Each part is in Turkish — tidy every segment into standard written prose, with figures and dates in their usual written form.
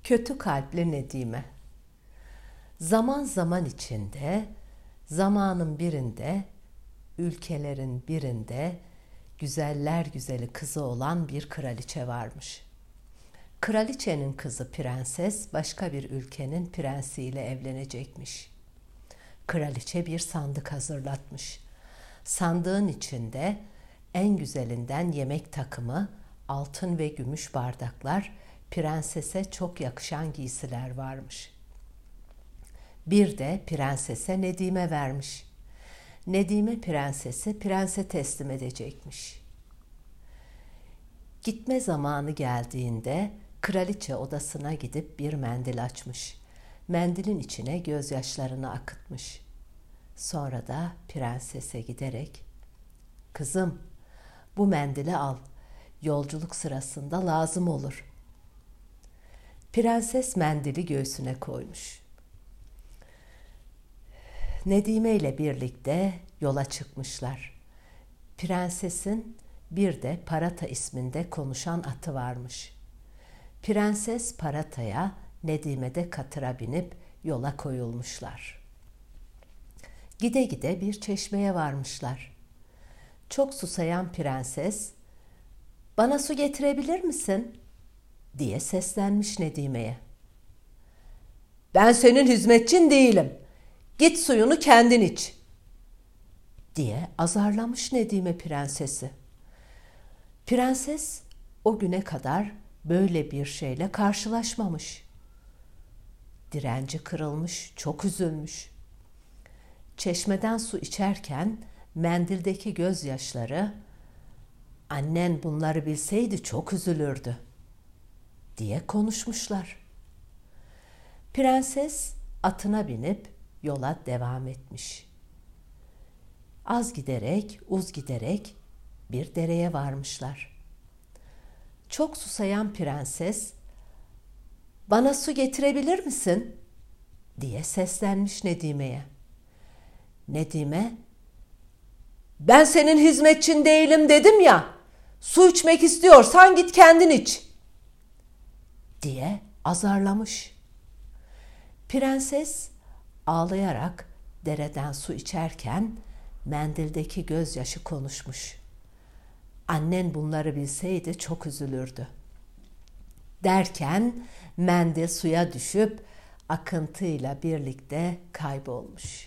Kötü kalpli Nedime. Zaman zaman içinde, zamanın birinde, ülkelerin birinde güzeller güzeli kızı olan bir kraliçe varmış. Kraliçenin kızı prenses başka bir ülkenin prensiyle evlenecekmiş. Kraliçe bir sandık hazırlatmış. Sandığın içinde en güzelinden yemek takımı, altın ve gümüş bardaklar, prensese çok yakışan giysiler varmış. Bir de prensese Nedime vermiş. Nedime prensesi prense teslim edecekmiş. Gitme zamanı geldiğinde kraliçe odasına gidip bir mendil açmış. Mendilin içine gözyaşlarını akıtmış. Sonra da prensese giderek, "Kızım, bu mendili al. Yolculuk sırasında lazım olur." Prenses mendili göğsüne koymuş. Nedime ile birlikte yola çıkmışlar. Prensesin bir de Parata isminde konuşan atı varmış. Prenses Parata'ya, Nedime de katıra binip yola koyulmuşlar. Gide gide bir çeşmeye varmışlar. Çok susayan prenses, "Bana su getirebilir misin?" diye seslenmiş Nedime'ye. "Ben senin hizmetçin değilim. Git suyunu kendin iç," diye azarlamış Nedime prensesi. Prenses o güne kadar böyle bir şeyle karşılaşmamış. Direnci kırılmış, çok üzülmüş. Çeşmeden su içerken mendildeki gözyaşları, "Annen bunları bilseydi çok üzülürdü," diye konuşmuşlar. Prenses atına binip yola devam etmiş. Az giderek, uz giderek bir dereye varmışlar. Çok susayan prenses, "Bana su getirebilir misin?" diye seslenmiş Nedime'ye. Nedime, "Ben senin hizmetçin değilim dedim ya, su içmek istiyorsan git kendin iç," diye azarlamış. Prenses ağlayarak dereden su içerken mendildeki gözyaşı konuşmuş. "Annen bunları bilseydi çok üzülürdü," derken mendil suya düşüp akıntıyla birlikte kaybolmuş.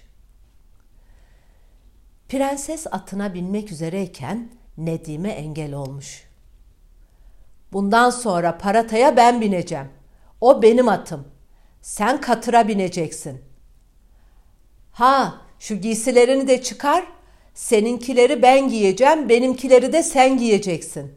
Prenses atına binmek üzereyken Nedime engel olmuş. "Bundan sonra Parata'ya ben bineceğim. O benim atım. Sen katıra bineceksin. Ha, şu giysilerini de çıkar. Seninkileri ben giyeceğim, benimkileri de sen giyeceksin."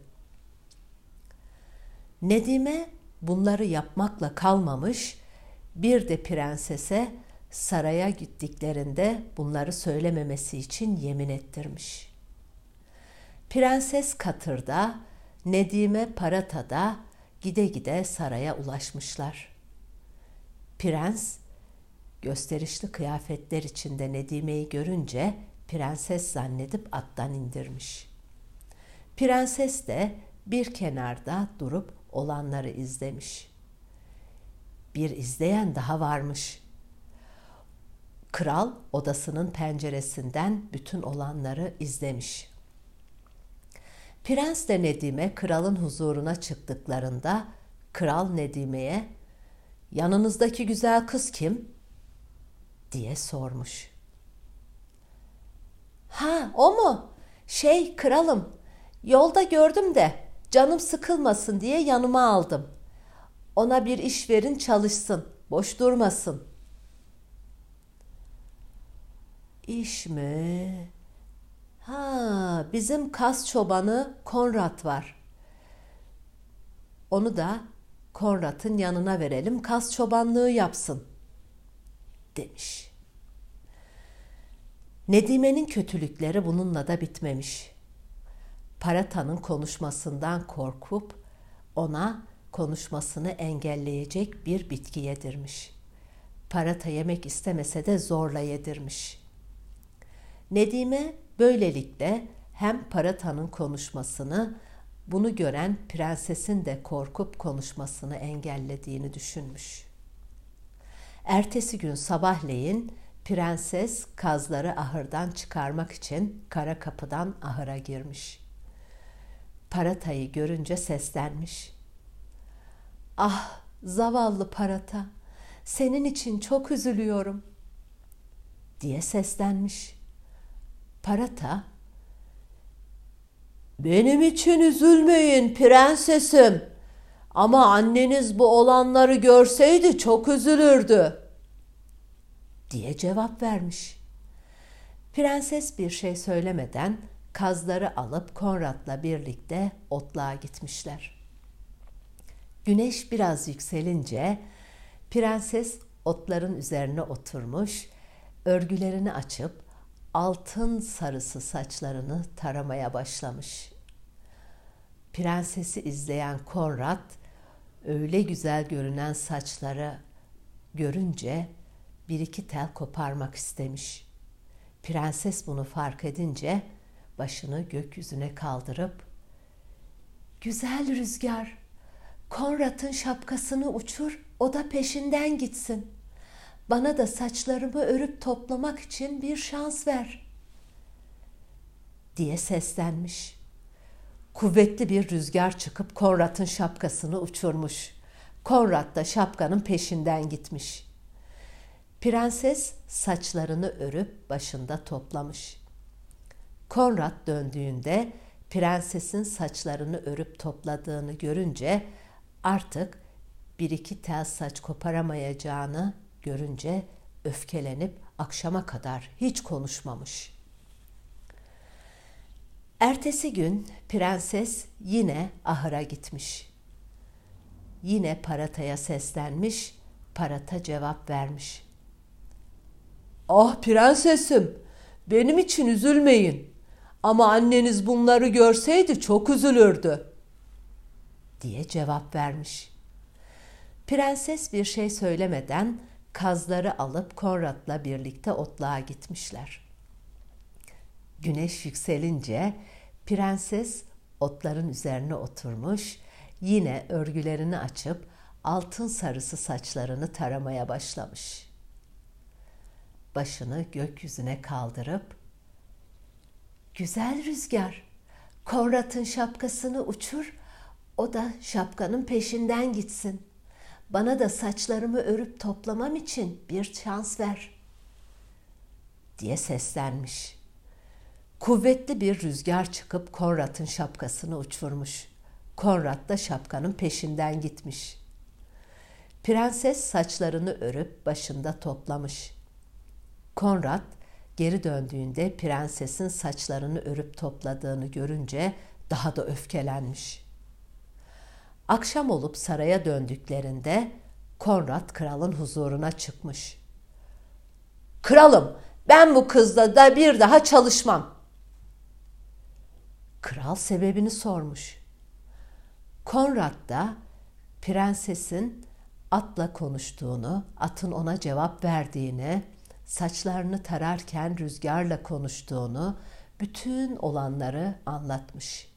Nedime bunları yapmakla kalmamış, bir de prensese saraya gittiklerinde bunları söylememesi için yemin ettirmiş. Prenses katırda, Nedime Parata'da gide gide saraya ulaşmışlar. Prens gösterişli kıyafetler içinde Nedime'yi görünce prenses zannedip attan indirmiş. Prenses de bir kenarda durup olanları izlemiş. Bir izleyen daha varmış. Kral odasının penceresinden bütün olanları izlemiş. Prens de Nedime kralın huzuruna çıktıklarında kral Nedime'ye, "Yanınızdaki güzel kız kim?" diye sormuş. "Ha, o mu? Kralım, yolda gördüm de canım sıkılmasın diye yanıma aldım. Ona bir iş verin, çalışsın, boş durmasın." "İş mi? Ha, bizim Kaz çobanı Konrad var. Onu da Konrad'ın yanına verelim, Kaz çobanlığı yapsın," demiş. Nedime'nin kötülükleri bununla da bitmemiş. Parata'nın konuşmasından korkup ona konuşmasını engelleyecek bir bitki yedirmiş. Parata yemek istemese de zorla yedirmiş. Nedime böylelikle hem Parata'nın konuşmasını, bunu gören prensesin de korkup konuşmasını engellediğini düşünmüş. Ertesi gün sabahleyin prenses kazları ahırdan çıkarmak için kara kapıdan ahıra girmiş. Parata'yı görünce seslenmiş. "Ah, zavallı Parata, senin için çok üzülüyorum," diye seslenmiş. Parata, "Benim için üzülmeyin prensesim, ama anneniz bu olanları görseydi çok üzülürdü," diye cevap vermiş. Prenses bir şey söylemeden kazları alıp Konrad'la birlikte otluğa gitmişler. Güneş biraz yükselince prenses otların üzerine oturmuş, örgülerini açıp altın sarısı saçlarını taramaya başlamış. Prensesi izleyen Konrad öyle güzel görünen saçları görünce bir iki tel koparmak istemiş. Prenses bunu fark edince başını gökyüzüne kaldırıp "Güzel rüzgar, Konrad'ın şapkasını uçur, o da peşinden gitsin. Bana da saçlarımı örüp toplamak için bir şans ver," diye seslenmiş. Kuvvetli bir rüzgar çıkıp Konrad'ın şapkasını uçurmuş. Konrad da şapkanın peşinden gitmiş. Prenses saçlarını örüp başında toplamış. Konrad döndüğünde prensesin saçlarını örüp topladığını görünce artık bir iki tel saç koparamayacağını görünce öfkelenip akşama kadar hiç konuşmamış. Ertesi gün prenses yine ahıra gitmiş. Yine Parata'ya seslenmiş, Parata cevap vermiş. "Ah prensesim, benim için üzülmeyin, ama anneniz bunları görseydi çok üzülürdü," diye cevap vermiş. Prenses bir şey söylemeden kazları alıp Konrad'la birlikte otluğa gitmişler. Güneş yükselince prenses otların üzerine oturmuş, yine örgülerini açıp altın sarısı saçlarını taramaya başlamış. Başını gökyüzüne kaldırıp "Güzel rüzgar, Konrad'ın şapkasını uçur, o da şapkanın peşinden gitsin. Bana da saçlarımı örüp toplamam için bir şans ver," diye seslenmiş. Kuvvetli bir rüzgar çıkıp Konrad'ın şapkasını uçurmuş. Konrad da şapkanın peşinden gitmiş. Prenses saçlarını örüp başında toplamış. Konrad geri döndüğünde prensesin saçlarını örüp topladığını görünce daha da öfkelenmiş. Akşam olup saraya döndüklerinde Konrad kralın huzuruna çıkmış. "Kralım, ben bu kızla da bir daha çalışmam." Kral sebebini sormuş. Konrad da prensesin atla konuştuğunu, atın ona cevap verdiğini, saçlarını tararken rüzgarla konuştuğunu, bütün olanları anlatmış.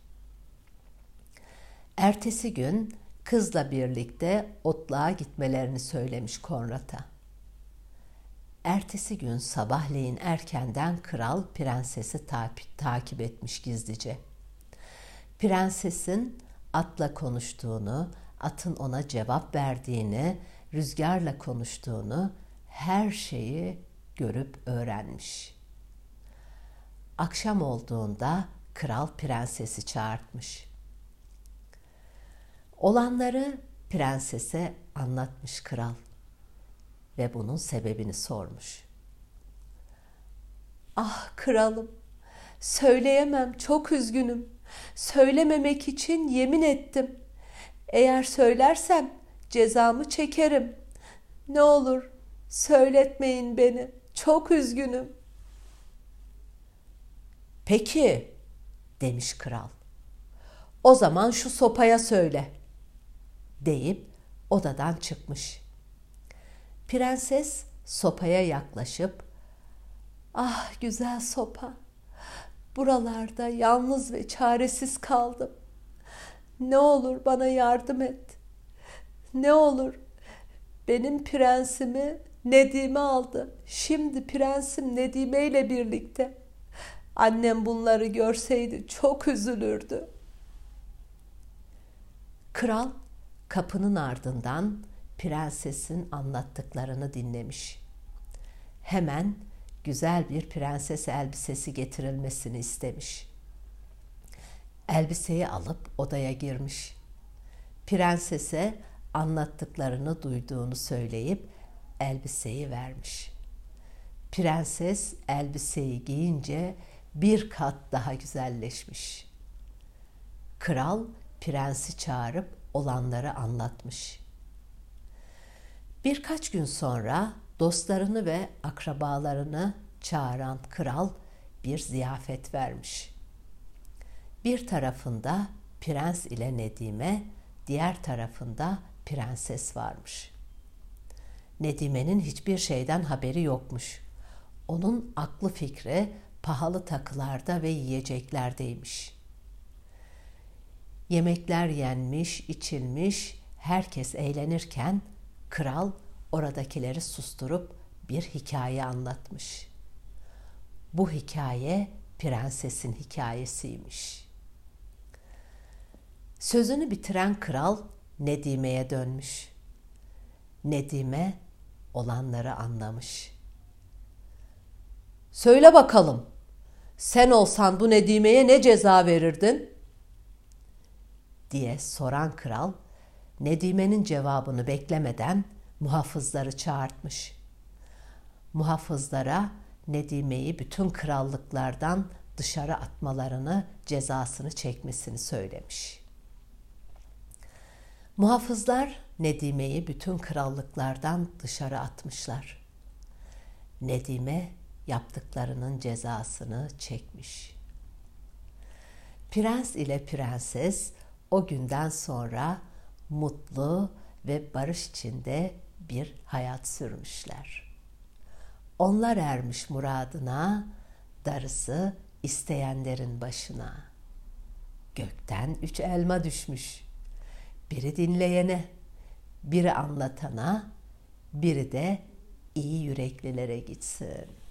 Ertesi gün kızla birlikte otluğa gitmelerini söylemiş Konrad'a. Ertesi gün sabahleyin erkenden kral prensesi takip etmiş gizlice. Prensesin atla konuştuğunu, atın ona cevap verdiğini, rüzgarla konuştuğunu, her şeyi görüp öğrenmiş. Akşam olduğunda kral prensesi çağırtmış. Olanları prensese anlatmış kral ve bunun sebebini sormuş. "Ah kralım, söyleyemem, çok üzgünüm. Söylememek için yemin ettim. Eğer söylersem cezamı çekerim. Ne olur söyletmeyin beni, çok üzgünüm." "Peki," demiş kral. "O zaman şu sopaya söyle," deyip odadan çıkmış. Prenses sopaya yaklaşıp "Ah güzel sopa, buralarda yalnız ve çaresiz kaldım. Ne olur bana yardım et. Ne olur. Benim prensimi Nedime aldı. Şimdi prensim Nedime ile birlikte. Annem bunları görseydi çok üzülürdü. Kral kapının ardından prensesin anlattıklarını dinlemiş. Hemen güzel bir prenses elbisesi getirilmesini istemiş. Elbiseyi alıp odaya girmiş. Prensese anlattıklarını duyduğunu söyleyip elbiseyi vermiş. Prenses elbiseyi giyince bir kat daha güzelleşmiş. Kral prensi çağırıp olanları anlatmış. Birkaç gün sonra dostlarını ve akrabalarını çağıran kral bir ziyafet vermiş. Bir tarafında prens ile Nedime, diğer tarafında prenses varmış. Nedime'nin hiçbir şeyden haberi yokmuş. Onun aklı fikri pahalı takılarda ve yiyeceklerdeymiş. Yemekler yenmiş, içilmiş, herkes eğlenirken kral oradakileri susturup bir hikaye anlatmış. Bu hikaye prensesin hikayesiymiş. Sözünü bitiren kral Nedime'ye dönmüş. Nedime olanları anlamış. Söyle bakalım, sen olsan bu Nedime'ye ne ceza verirdin? Diye soran kral, Nedime'nin cevabını beklemeden muhafızları çağırtmış. Muhafızlara Nedime'yi bütün krallıklardan dışarı atmalarını, cezasını çekmesini söylemiş. Muhafızlar Nedime'yi bütün krallıklardan dışarı atmışlar. Nedime yaptıklarının cezasını çekmiş. Prens ile prenses o günden sonra mutlu ve barış içinde bir hayat sürmüşler. Onlar ermiş muradına, darısı isteyenlerin başına. Gökten 3 elma düşmüş. Biri dinleyene, biri anlatana, biri de iyi yüreklilere gitsin.